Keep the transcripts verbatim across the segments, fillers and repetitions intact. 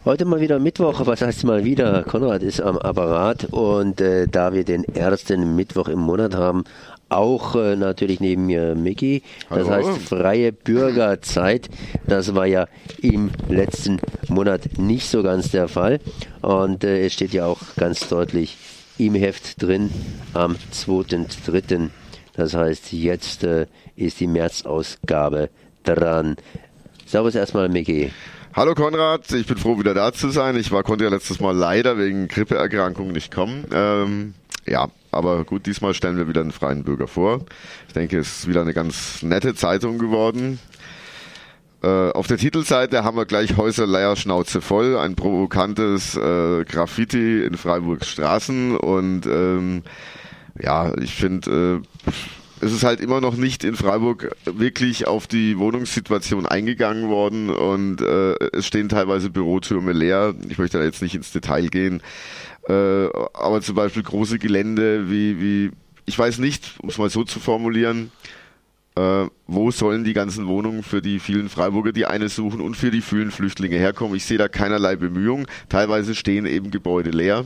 Heute mal wieder Mittwoch, was heißt mal wieder? Konrad ist am Apparat und äh, da wir den ersten Mittwoch im Monat haben, auch äh, natürlich neben mir Micky, das Hallo. heißt freie Bürgerzeit, das war ja im letzten Monat nicht so ganz der Fall und äh, es steht ja auch ganz deutlich im Heft drin am zweiten dritten Das heißt, jetzt äh, ist die März-Ausgabe dran. Servus erstmal, Micky. Hallo Konrad, ich bin froh, wieder da zu sein. Ich war, konnte ja letztes Mal leider wegen Grippeerkrankung nicht kommen. Ähm, ja, aber gut, diesmal stellen wir wieder einen freien Bürger vor. Ich denke, es ist wieder eine ganz nette Zeitung geworden. Äh, auf der Titelseite haben wir gleich Häuserleier Schnauze voll, ein provokantes äh, Graffiti in Freiburgs Straßen und ähm, ja, ich finde... Äh, Es ist halt immer noch nicht in Freiburg wirklich auf die Wohnungssituation eingegangen worden und äh, es stehen teilweise Bürotürme leer. Ich möchte da jetzt nicht ins Detail gehen, äh, aber zum Beispiel große Gelände wie, wie ich weiß nicht, um es mal so zu formulieren, äh, wo sollen die ganzen Wohnungen für die vielen Freiburger, die eine suchen und für die vielen Flüchtlinge herkommen. Ich sehe da keinerlei Bemühung. Teilweise stehen eben Gebäude leer.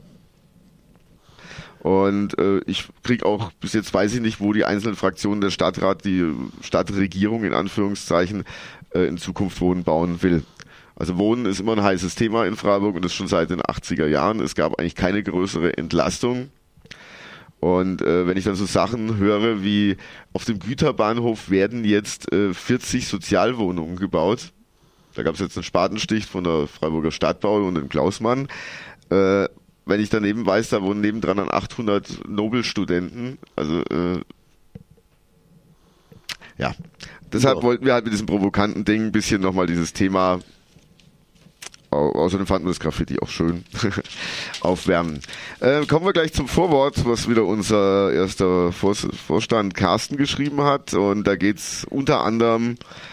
Und äh, ich krieg auch, bis jetzt weiß ich nicht, wo die einzelnen Fraktionen der Stadtrat, die Stadtregierung in Anführungszeichen, äh, in Zukunft Wohnen bauen will. Also Wohnen ist immer ein heißes Thema in Freiburg und das schon seit den achtziger Jahren. Es gab eigentlich keine größere Entlastung. Und äh, wenn ich dann so Sachen höre wie auf dem Güterbahnhof werden jetzt äh, vierzig Sozialwohnungen gebaut. Da gab es jetzt einen Spatenstich von der Freiburger Stadtbau und dem Klausmann. Äh, Wenn ich daneben weiß, da wohnen nebendran dann achthundert Nobelstudenten, also äh, ja, deshalb Ja. wollten wir halt mit diesem provokanten Ding ein bisschen nochmal dieses Thema, au außerdem fanden wir das Graffiti auch schön, aufwärmen. Äh, kommen wir gleich zum Vorwort, was wieder unser erster Vors Vorstand Carsten geschrieben hat, und da geht's unter anderem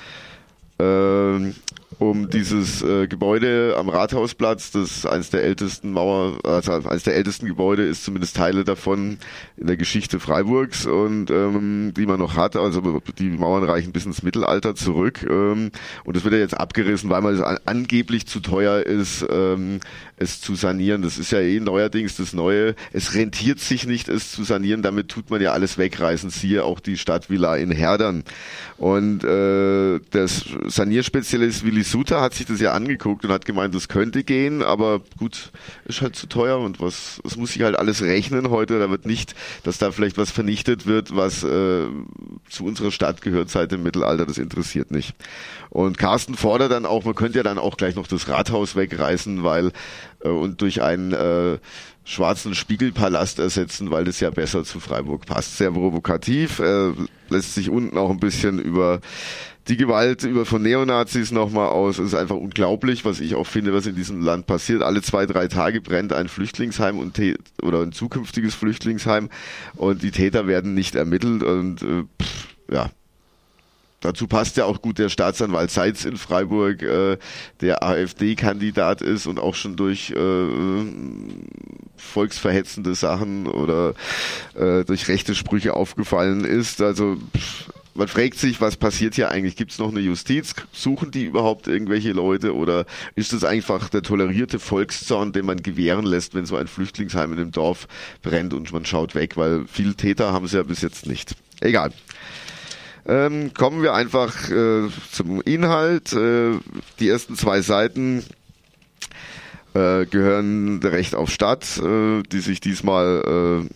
äh, um dieses äh, Gebäude am Rathausplatz, das eines der ältesten Mauer, also eines der ältesten Gebäude ist, zumindest Teile davon in der Geschichte Freiburgs und ähm, die man noch hat, also die Mauern reichen bis ins Mittelalter zurück ähm, und es wird ja jetzt abgerissen, weil man es an, angeblich zu teuer ist, ähm, es zu sanieren. Das ist ja eh neuerdings das Neue. Es rentiert sich nicht, es zu sanieren, damit tut man ja alles wegreißen, siehe auch die Stadtvilla in Herdern. Und äh, der Sanierspezialist Willi Suter hat sich das ja angeguckt und hat gemeint, das könnte gehen, aber gut, ist halt zu teuer und was, das muss sich halt alles rechnen heute. Da wird nicht, dass da vielleicht was vernichtet wird, was äh, zu unserer Stadt gehört seit dem Mittelalter, das interessiert nicht. Und Carsten fordert dann auch, man könnte ja dann auch gleich noch das Rathaus wegreißen, weil äh, und durch einen äh, schwarzen Spiegelpalast ersetzen, weil das ja besser zu Freiburg passt. Sehr provokativ, äh, lässt sich unten auch ein bisschen über die Gewalt über von Neonazis nochmal aus. Es ist einfach unglaublich, was ich auch finde, was in diesem Land passiert. Alle zwei, drei Tage brennt ein Flüchtlingsheim und oder ein zukünftiges Flüchtlingsheim und die Täter werden nicht ermittelt und äh, pff, ja. Dazu passt ja auch gut der Staatsanwalt Seitz in Freiburg, äh, der AfD-Kandidat ist und auch schon durch äh, volksverhetzende Sachen oder äh, durch rechte Sprüche aufgefallen ist. Also pff, man fragt sich, was passiert hier eigentlich? Gibt es noch eine Justiz? Suchen die überhaupt irgendwelche Leute oder ist es einfach der tolerierte Volkszorn, den man gewähren lässt, wenn so ein Flüchtlingsheim in einem Dorf brennt und man schaut weg? Weil viele Täter haben sie ja bis jetzt nicht. Egal. Ähm, kommen wir einfach äh, zum Inhalt. Äh, die ersten zwei Seiten äh, gehören der Recht auf Stadt, äh, die sich diesmal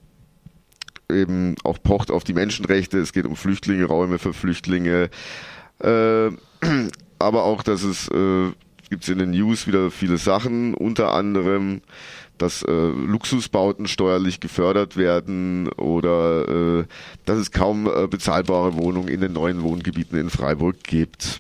äh, eben auch pocht auf die Menschenrechte. Es geht um Flüchtlinge, Räume für Flüchtlinge, äh, aber auch, dass es äh, gibt es in den News wieder viele Sachen, unter anderem dass äh, Luxusbauten steuerlich gefördert werden oder äh, dass es kaum äh, bezahlbare Wohnungen in den neuen Wohngebieten in Freiburg gibt.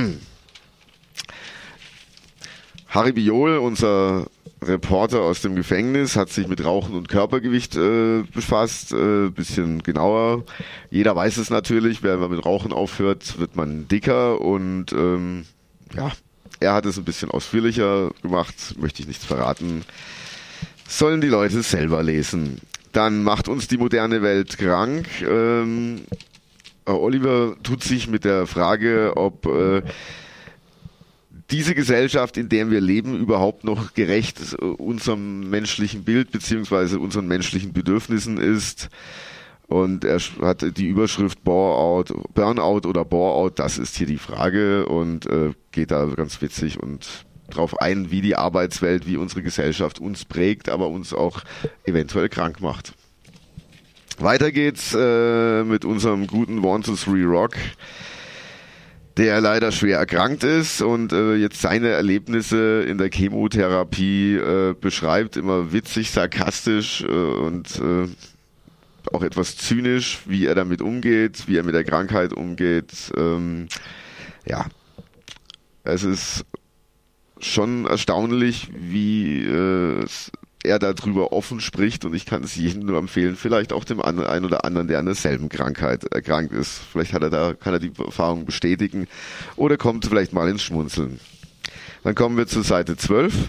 Harry Biol, unser Reporter aus dem Gefängnis, hat sich mit Rauchen und Körpergewicht äh, befasst, äh, bisschen genauer. Jeder weiß es natürlich, wenn man mit Rauchen aufhört, wird man dicker und ähm, ja, er hat es ein bisschen ausführlicher gemacht, möchte ich nichts verraten. Sollen die Leute selber lesen. Dann macht uns die moderne Welt krank. Ähm, Oliver tut sich mit der Frage, ob äh, diese Gesellschaft, in der wir leben, überhaupt noch gerecht unserem menschlichen Bild beziehungsweise unseren menschlichen Bedürfnissen ist. Und er hat die Überschrift Burnout, Burnout oder Boreout, das ist hier die Frage, und äh, geht da ganz witzig und drauf ein, wie die Arbeitswelt, wie unsere Gesellschaft uns prägt, aber uns auch eventuell krank macht. Weiter geht's äh, mit unserem guten one two three Rock, der leider schwer erkrankt ist und äh, jetzt seine Erlebnisse in der Chemotherapie äh, beschreibt, immer witzig, sarkastisch äh, und äh, auch etwas zynisch, wie er damit umgeht, wie er mit der Krankheit umgeht. Ähm, ja, es ist schon erstaunlich, wie äh, er darüber offen spricht, und ich kann es jedem nur empfehlen, vielleicht auch dem einen oder anderen, der an derselben Krankheit erkrankt ist. Vielleicht hat er da, kann er die Erfahrung bestätigen oder kommt vielleicht mal ins Schmunzeln. Dann kommen wir zur Seite zwölf.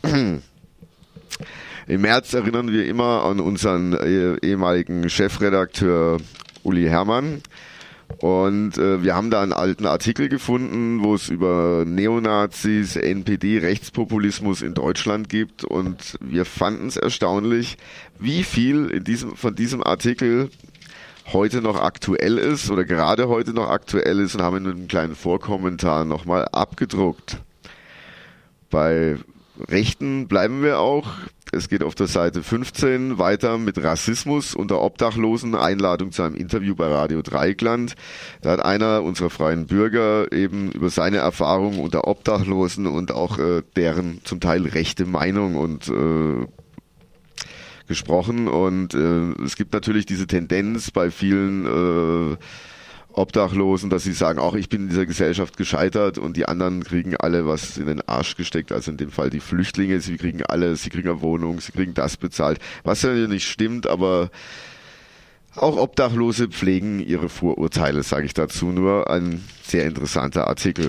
Im März erinnern wir immer an unseren eh, ehemaligen Chefredakteur Uli Herrmann. Und äh, wir haben da einen alten Artikel gefunden, wo es über Neonazis, N P D, Rechtspopulismus in Deutschland gibt, und wir fanden es erstaunlich, wie viel in diesem, von diesem Artikel heute noch aktuell ist oder gerade heute noch aktuell ist, und haben ihn mit einem kleinen Vorkommentar nochmal abgedruckt. Bei Rechten bleiben wir auch. Es geht auf der Seite fünfzehn weiter mit Rassismus unter Obdachlosen, Einladung zu einem Interview bei Radio Dreieckland. Da hat einer unserer freien Bürger eben über seine Erfahrungen unter Obdachlosen und auch äh, deren zum Teil rechte Meinung und äh, gesprochen. Und äh, es gibt natürlich diese Tendenz bei vielen äh, Obdachlosen, dass sie sagen, auch ich bin in dieser Gesellschaft gescheitert, und die anderen kriegen alle was in den Arsch gesteckt, also in dem Fall die Flüchtlinge, sie kriegen alles, sie kriegen eine Wohnung, sie kriegen das bezahlt, was ja nicht stimmt, aber auch Obdachlose pflegen ihre Vorurteile, sage ich dazu nur. Ein sehr interessanter Artikel.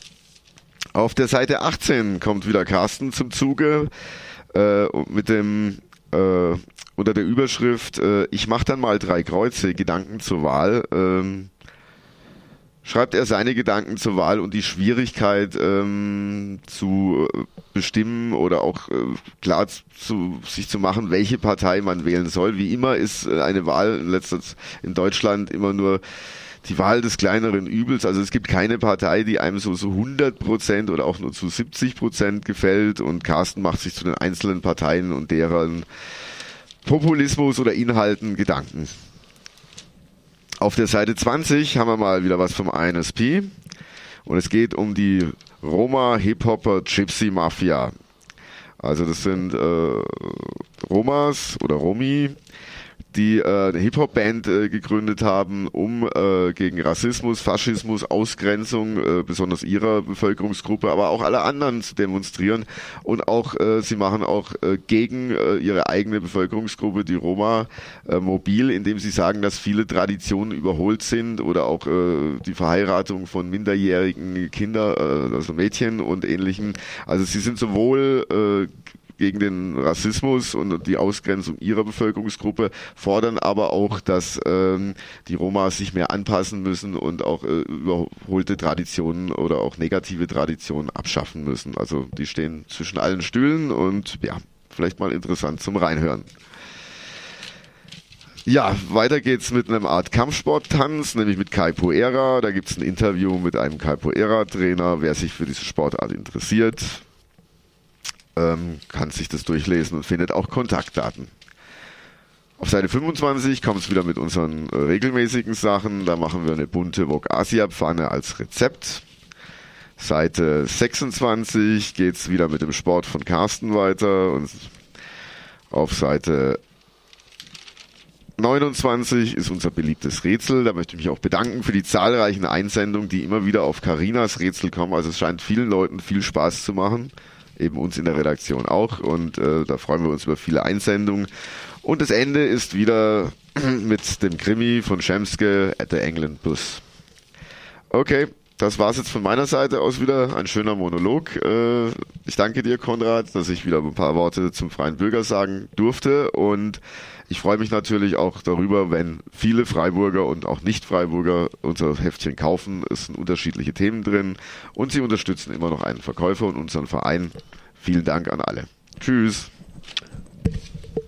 Auf der Seite achtzehn kommt wieder Carsten zum Zuge äh, mit dem äh, unter der Überschrift äh, ich mach dann mal drei Kreuze, Gedanken zur Wahl. Ähm, schreibt er seine Gedanken zur Wahl und die Schwierigkeit ähm, zu bestimmen oder auch äh, klar zu, sich zu machen, welche Partei man wählen soll. Wie immer ist äh, eine Wahl in, letzter, in Deutschland immer nur die Wahl des kleineren Übels. Also es gibt keine Partei, die einem so, so hundert Prozent oder auch nur zu siebzig Prozent gefällt, und Carsten macht sich zu den einzelnen Parteien und deren Populismus oder Inhalten Gedanken. Auf der Seite zwanzig haben wir mal wieder was vom I N S P, und es geht um die Roma Hip-Hopper Gypsy Mafia. Also das sind äh, Romas oder Romi, die äh, eine Hip-Hop-Band äh, gegründet haben, um äh, gegen Rassismus, Faschismus, Ausgrenzung, äh, besonders ihrer Bevölkerungsgruppe, aber auch alle anderen zu demonstrieren. Und auch äh, sie machen auch äh, gegen äh, ihre eigene Bevölkerungsgruppe, die Roma, äh, mobil, indem sie sagen, dass viele Traditionen überholt sind, oder auch äh, die Verheiratung von minderjährigen Kindern, äh, also Mädchen und Ähnlichem. Also sie sind sowohl äh, gegen den Rassismus und die Ausgrenzung ihrer Bevölkerungsgruppe, fordern aber auch, dass ähm, die Romas sich mehr anpassen müssen und auch äh, überholte Traditionen oder auch negative Traditionen abschaffen müssen. Also die stehen zwischen allen Stühlen, und ja, vielleicht mal interessant zum Reinhören. Ja, weiter geht's mit einem Art Kampfsporttanz, nämlich mit Capoeira. Da gibt's ein Interview mit einem Capoeira-Trainer. Wer sich für diese Sportart interessiert, kann sich das durchlesen und findet auch Kontaktdaten. Auf Seite fünfundzwanzig kommt es wieder mit unseren regelmäßigen Sachen. Da machen wir eine bunte Wok Asia Pfanne als Rezept. Seite sechsundzwanzig geht es wieder mit dem Sport von Carsten weiter. Und auf Seite neunundzwanzig ist unser beliebtes Rätsel. Da möchte ich mich auch bedanken für die zahlreichen Einsendungen, die immer wieder auf Carinas Rätsel kommen. Also es scheint vielen Leuten viel Spaß zu machen. Eben uns in der Redaktion auch, und äh, da freuen wir uns über viele Einsendungen. Und das Ende ist wieder mit dem Krimi von Schemske at the England Bus. Okay, das war es jetzt von meiner Seite aus wieder. Ein schöner Monolog. Äh, ich danke dir, Konrad, dass ich wieder ein paar Worte zum Freien Bürger sagen durfte. Und ich freue mich natürlich auch darüber, wenn viele Freiburger und auch Nicht-Freiburger unser Heftchen kaufen. Es sind unterschiedliche Themen drin und sie unterstützen immer noch einen Verkäufer und unseren Verein. Vielen Dank an alle. Tschüss.